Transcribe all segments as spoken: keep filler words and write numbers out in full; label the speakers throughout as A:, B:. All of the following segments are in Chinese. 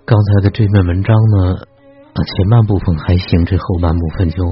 A: 刚才的这篇文章呢，前半部分还行，这后半部分就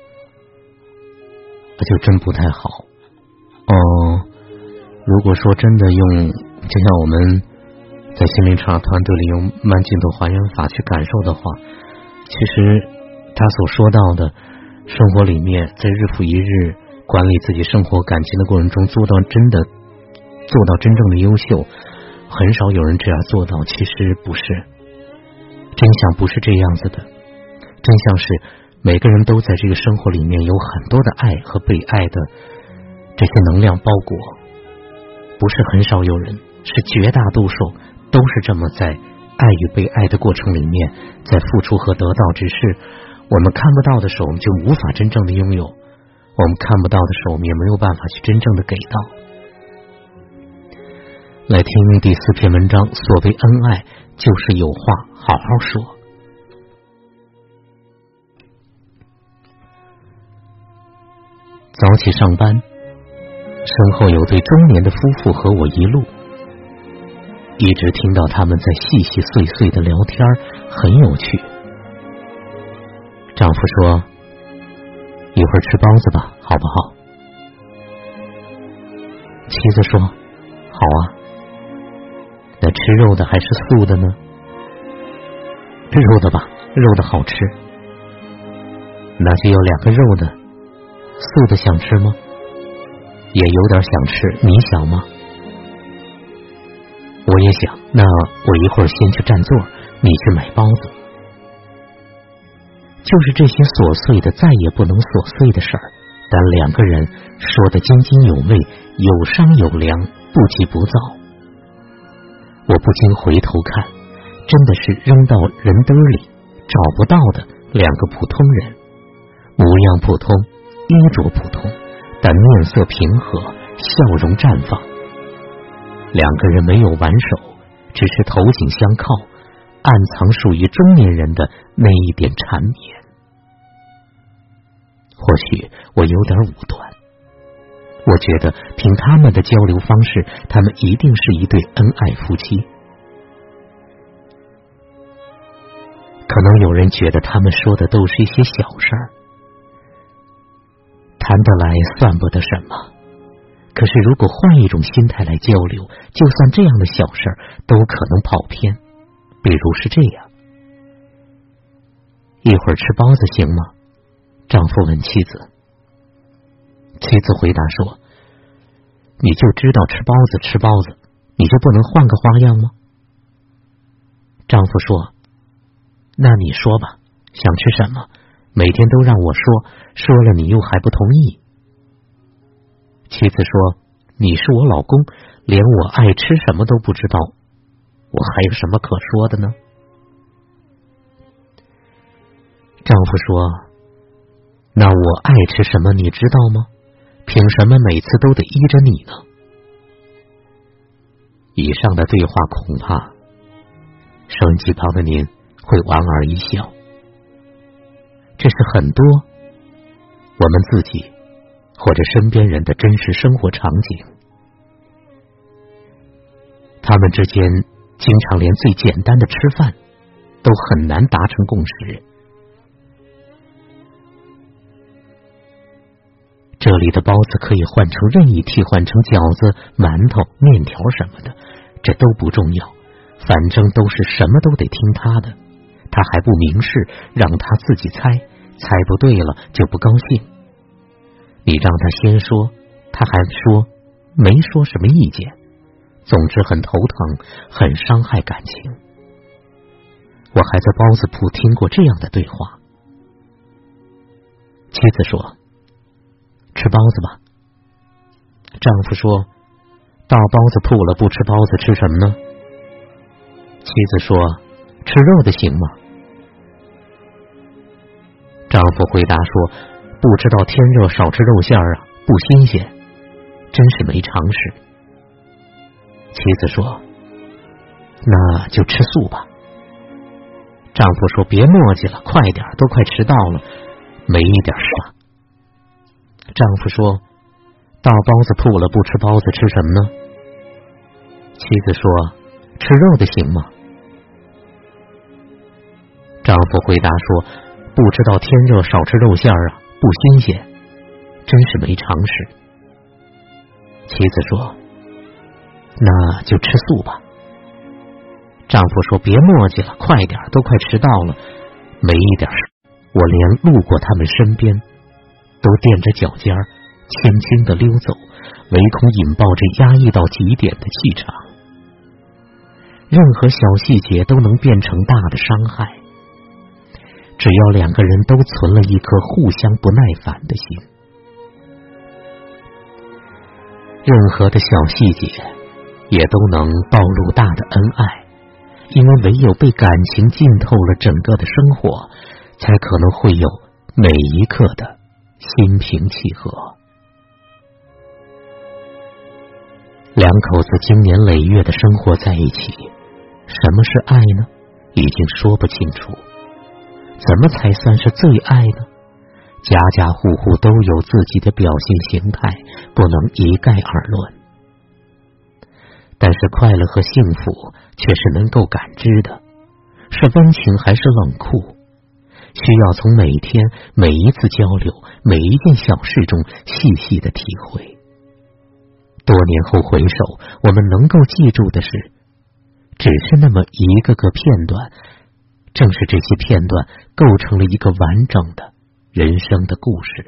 A: 就真不太好。哦，如果说真的用，就像我们在心灵成长团队里用慢镜头还原法去感受的话，其实他所说到的生活里面，在日复一日管理自己生活感情的过程中，做到真的做到真正的优秀，很少有人这样做到。其实不是，真相不是这样子的。真相是每个人都在这个生活里面有很多的爱和被爱的这些能量包裹，不是很少有人，是绝大多数都是这么在爱与被爱的过程里面在付出和得到，只是我们看不到的时候我们就无法真正的拥有，我们看不到的时候我们也没有办法去真正的给到。来听第四篇文章，所谓恩爱就是有话好好说。早起上班，身后有对中年的夫妇和我一路，一直听到他们在细细碎碎的聊天，很有趣。丈夫说，一会儿吃包子吧，好不好？妻子说，好啊。那吃肉的还是素的呢？肉的吧，肉的好吃。那就要两个肉的，素的想吃吗？也有点想吃，你想吗？我也想，那我一会儿先去占座，你去买包子。就是这些琐碎的再也不能琐碎的事儿，但两个人说得津津有味，有商有量，不急不躁。我不禁回头看，真的是扔到人堆里找不到的两个普通人，模样普通，衣着普通，但面色平和，笑容绽放。两个人没有挽手，只是头颈相靠，暗藏属于中年人的那一点缠绵。或许我有点武断，我觉得凭他们的交流方式，他们一定是一对恩爱夫妻。可能有人觉得他们说的都是一些小事儿，谈得来算不得什么。可是如果换一种心态来交流，就算这样的小事儿都可能跑偏。比如是这样，一会儿吃包子行吗？丈夫问妻子。妻子回答说，你就知道吃包子吃包子，你就不能换个花样吗？丈夫说，那你说吧，想吃什么？每天都让我说，说了你又还不同意。妻子说，你是我老公，连我爱吃什么都不知道，我还有什么可说的呢？丈夫说，那我爱吃什么你知道吗？凭什么每次都得依着你呢？以上的对话恐怕收音机旁的您会莞尔一笑，这是很多我们自己或者身边人的真实生活场景。他们之间经常连最简单的吃饭都很难达成共识。这里的包子可以换成任意替换成饺子、馒头、面条什么的，这都不重要，反正都是什么都得听他的。他还不明示，让他自己猜，猜不对了就不高兴。你让他先说，他还说没说什么意见，总之很头疼，很伤害感情。我还在包子铺听过这样的对话。妻子说，吃包子吧。丈夫说，到包子铺了不吃包子吃什么呢？妻子说，吃肉的行吗？丈夫回答说，不知道天热少吃肉馅儿啊，不新鲜，真是没常识。妻子说，那就吃素吧。丈夫说，别磨叽了，快点，都快迟到了，没一点事。丈夫说，到包子铺了不吃包子吃什么呢？妻子说，吃肉的行吗？ 丈夫回答说，不知道天热少吃肉馅儿啊，不新鲜，真是没常识。妻子说，那就吃素吧。丈夫说，别磨叽了，快点，都快迟到了。没一点事，我连路过他们身边都踮着脚尖儿轻轻地溜走，唯恐引爆这压抑到极点的气场。任何小细节都能变成大的伤害，只要两个人都存了一颗互相不耐烦的心。任何的小细节也都能暴露大的恩爱，因为唯有被感情浸透了整个的生活，才可能会有每一刻的心平气和。两口子经年累月的生活在一起，什么是爱呢？已经说不清楚。怎么才算是最爱呢？家家户户都有自己的表现形态，不能一概而论。但是快乐和幸福却是能够感知的，是温情还是冷酷，需要从每天每一次交流每一件小事中细细的体会。多年后回首，我们能够记住的是，只是那么一个个片段，正是这些片段构成了一个完整的人生的故事。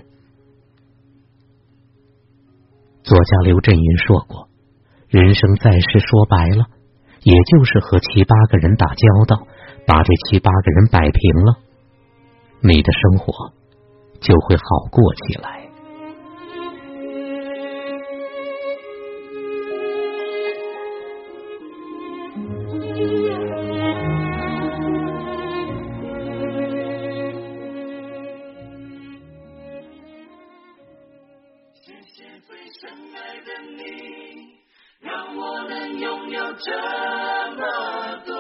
A: 作家刘震云说过，人生在世说白了，也就是和七八个人打交道，把这七八个人摆平了，你的生活就会好过起来。
B: 谢谢最深爱的你，让我能拥有这么多。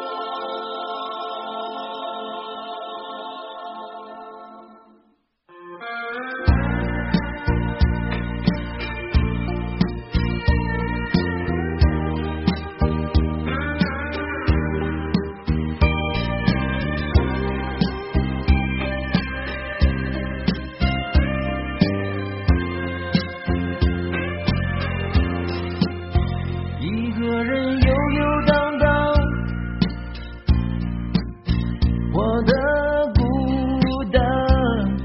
B: 一个人悠悠荡荡，我的孤单，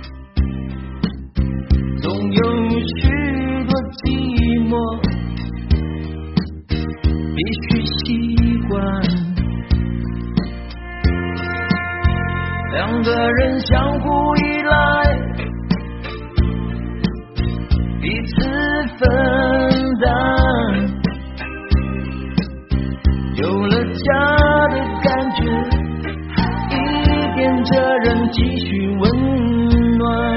B: 总有许多寂寞必须习惯。两个人相互依赖，彼此分担，有了家的感觉，一点责任继续温暖。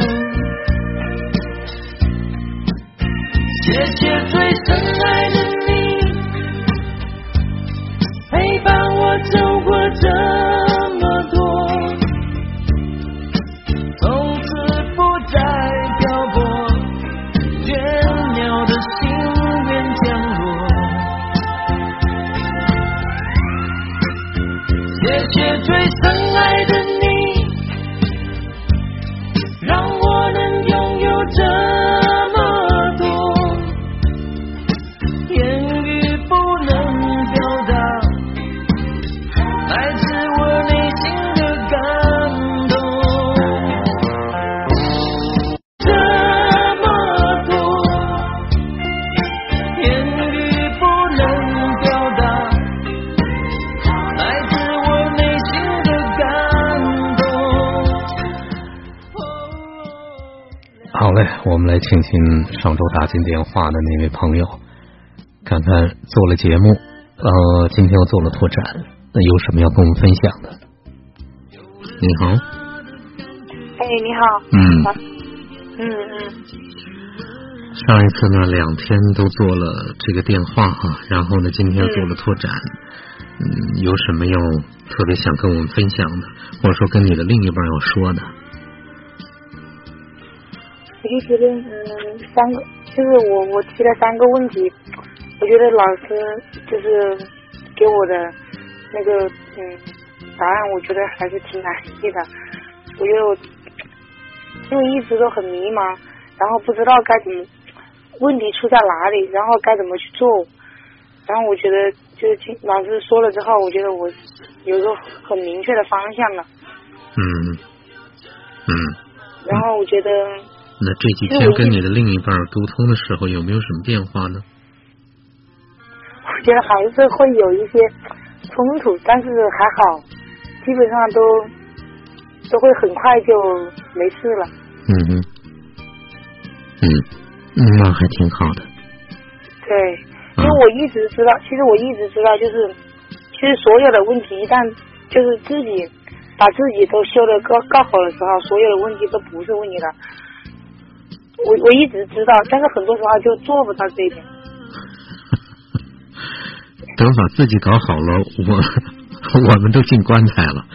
B: 谢谢最深爱的你，陪伴我走过这么多，从此不再漂泊，倦鸟的心愿降落。谢谢最深爱的你，让我能拥有这么多，言语不能表达，来自我内心的感动。这么多，言语不能表达，来自我内心的感动。
A: 好嘞，我们来听听上周打进电话的那位朋友，看看做了节目，呃，今天又做了拓展，那有什么要跟我们分享的？你好。
C: 哎，你好。
A: 嗯。
C: 嗯嗯。
A: 上一次呢，两天都做了这个电话啊，然后呢，今天做了拓展。嗯, 嗯，有什么要特别想跟我们分享的，或者说跟你的另一半要说的？
C: 我就觉得，嗯，三个，就是我我提了三个问题，我觉得老师就是给我的那个，嗯， 答案，我觉得还是挺难记的。我觉得我因为一直都很迷茫，然后不知道该怎么，问题出在哪里，然后该怎么去做。然后我觉得就是听老师说了之后，我觉得我有一个很明确的方向了。
A: 嗯嗯。
C: 然后我觉得。
A: 那这几天跟你的另一半沟通的时候，有没有什么变化呢？
C: 我觉得还是会有一些冲突，但是还好，基本上都都会很快就没事了。
A: 嗯嗯嗯嗯，那还挺好的。
C: 对，因为我一直知道，其实我一直知道，就是其实所有的问题，一旦就是自己把自己都修得够够好的时候，所有的问题都不是问题了。我我一直知道，但是很多时候就做不到这一点。
A: 等把自己搞好了，我我们都进棺材了。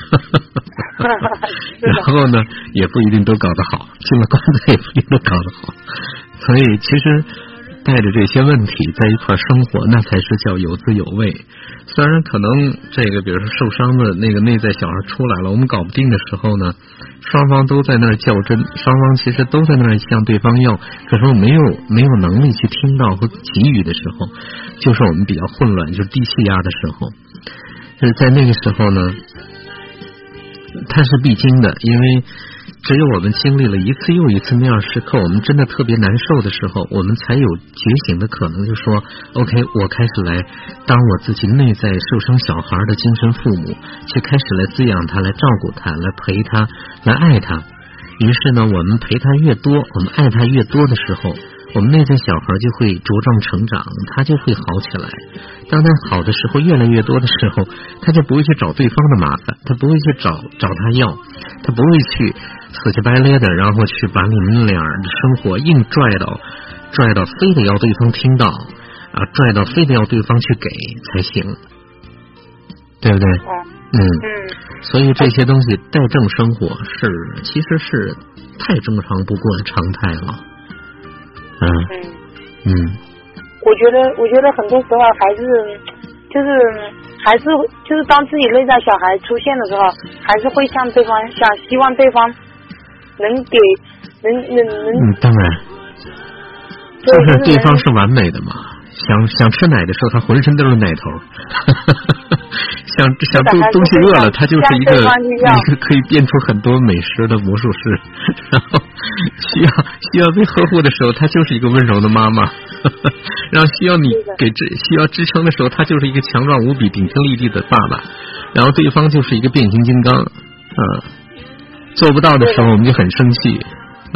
A: 然后呢，也不一定都搞得好，进了棺材也不一定都搞得好。所以其实带着这些问题在一块生活，那才是叫有滋有味。虽然可能这个比如说受伤的那个内在小孩出来了，我们搞不定的时候呢，双方都在那儿较真，双方其实都在那儿向对方要，可是我没有没有能力去听到和给予的时候，就是我们比较混乱，就是低气压的时候。就是在那个时候呢，它是必经的，因为只有我们经历了一次又一次那样时刻，我们真的特别难受的时候，我们才有觉醒的可能，就说 OK， 我开始来当我自己内在受伤小孩的精神父母，去开始来滋养他，来照顾他，来陪他，来爱他。于是呢，我们陪他越多，我们爱他越多的时候，我们内在小孩就会茁壮成长，他就会好起来。当他好的时候越来越多的时候，他就不会去找对方的麻烦，他不会去找找他要，他不会去死乞白咧的，然后去把你们俩的生活硬拽到拽到非得要对方听到啊，拽到非得要对方去给才行，对不对？嗯嗯。所以这些东西带正生活是其实是太正常不过的常态了。嗯嗯。
C: 我觉得，我觉得很多时候还是，就是还是就是当自己内在小孩出现的时候，还是会向对方想希望对方能给能能能。
A: 嗯，当然，就是对方是完美的嘛。想想吃奶的时候，他浑身都是奶头。想想东东西饿了，他就是一个一个可以变出很多美食的魔术师。然后需要需要被呵护的时候，他就是一个温柔的妈妈。然后需要你给支需要支撑的时候，他就是一个强壮无比、顶天立地的爸爸。然后对方就是一个变形金刚。嗯，做不到的时候，我们就很生气。嗯。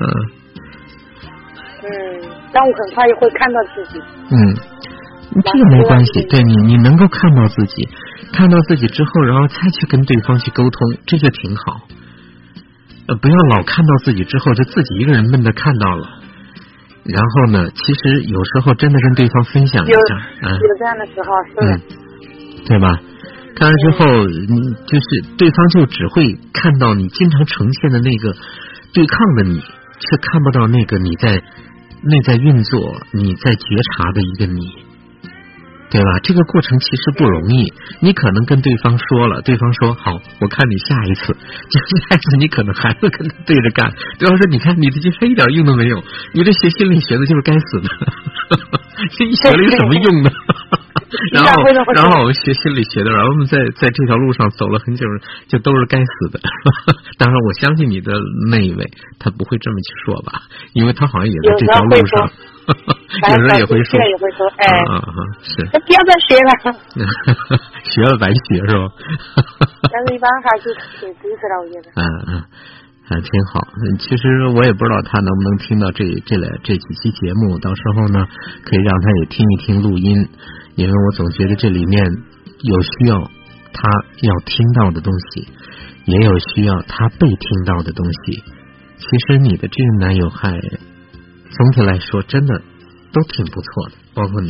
C: 嗯，但我很快也会看到自己。嗯。
A: 这个没关系，对你，你能够看到自己，看到自己之后，然后再去跟对方去沟通，这就挺好。呃，不要老看到自己之后就自己一个人闷着看到了，然后呢，其实有时候真的跟对方分享一下，
C: 嗯，有这样的时候，是的，
A: 嗯，对吧？看完之后，你就是对方就只会看到你经常呈现的那个对抗的你，却看不到那个你在内在运作、你在觉察的一个你。对吧？这个过程其实不容易，你可能跟对方说了，对方说好，我看你下一次，就下一次你可能还会跟他对着干。对方说，你看你的精神一点用都没有，你这学心理学的就是该死的，这一学了有什么用呢？然后，然后我们学心理学的，然后我们在在这条路上走了很久，就都是该死的。当然，我相信你的那一位，他不会这么去说吧，因为他好像也在这条路上。有时候也会说，
C: 也会说，哎，
A: 啊啊，是，
C: 那不要再学了，
A: 学了白学是吧？
C: 但是一般还是挺支持的，我觉得。
A: 嗯嗯，啊，挺好。其实我也不知道他能不能听到这这两这几期节目，到时候呢，可以让他也听一听录音，因为我总觉得这里面有需要他要听到的东西，也有需要他被听到的东西。其实你的这个男友还。总体来说真的都挺不错的，包括你，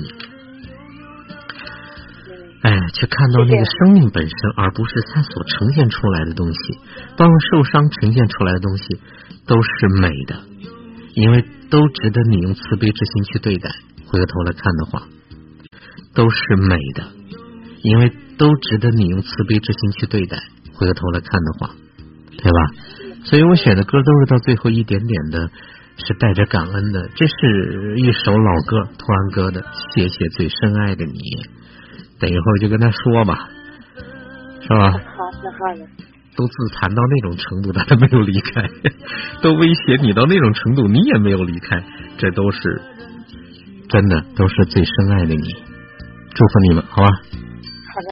A: 哎，去看到那个生命本身，而不是它所呈现出来的东西，包括受伤呈现出来的东西都是美的，因为都值得你用慈悲之心去对待。回过头来看的话，都是美的， 因为都值得你用慈悲之心去对待。回过头来看的话，对吧？所以我选的歌都是到最后一点点的是带着感恩的。这是一首老歌，图安哥的《谢谢最深爱的你》。等一会儿就跟他说吧，是吧？
C: 好的好的。
A: 都自残到那种程度，他都没有离开，都威胁你到那种程度，你也没有离开，这都是真的，都是最深爱的你。祝福你们，好吧？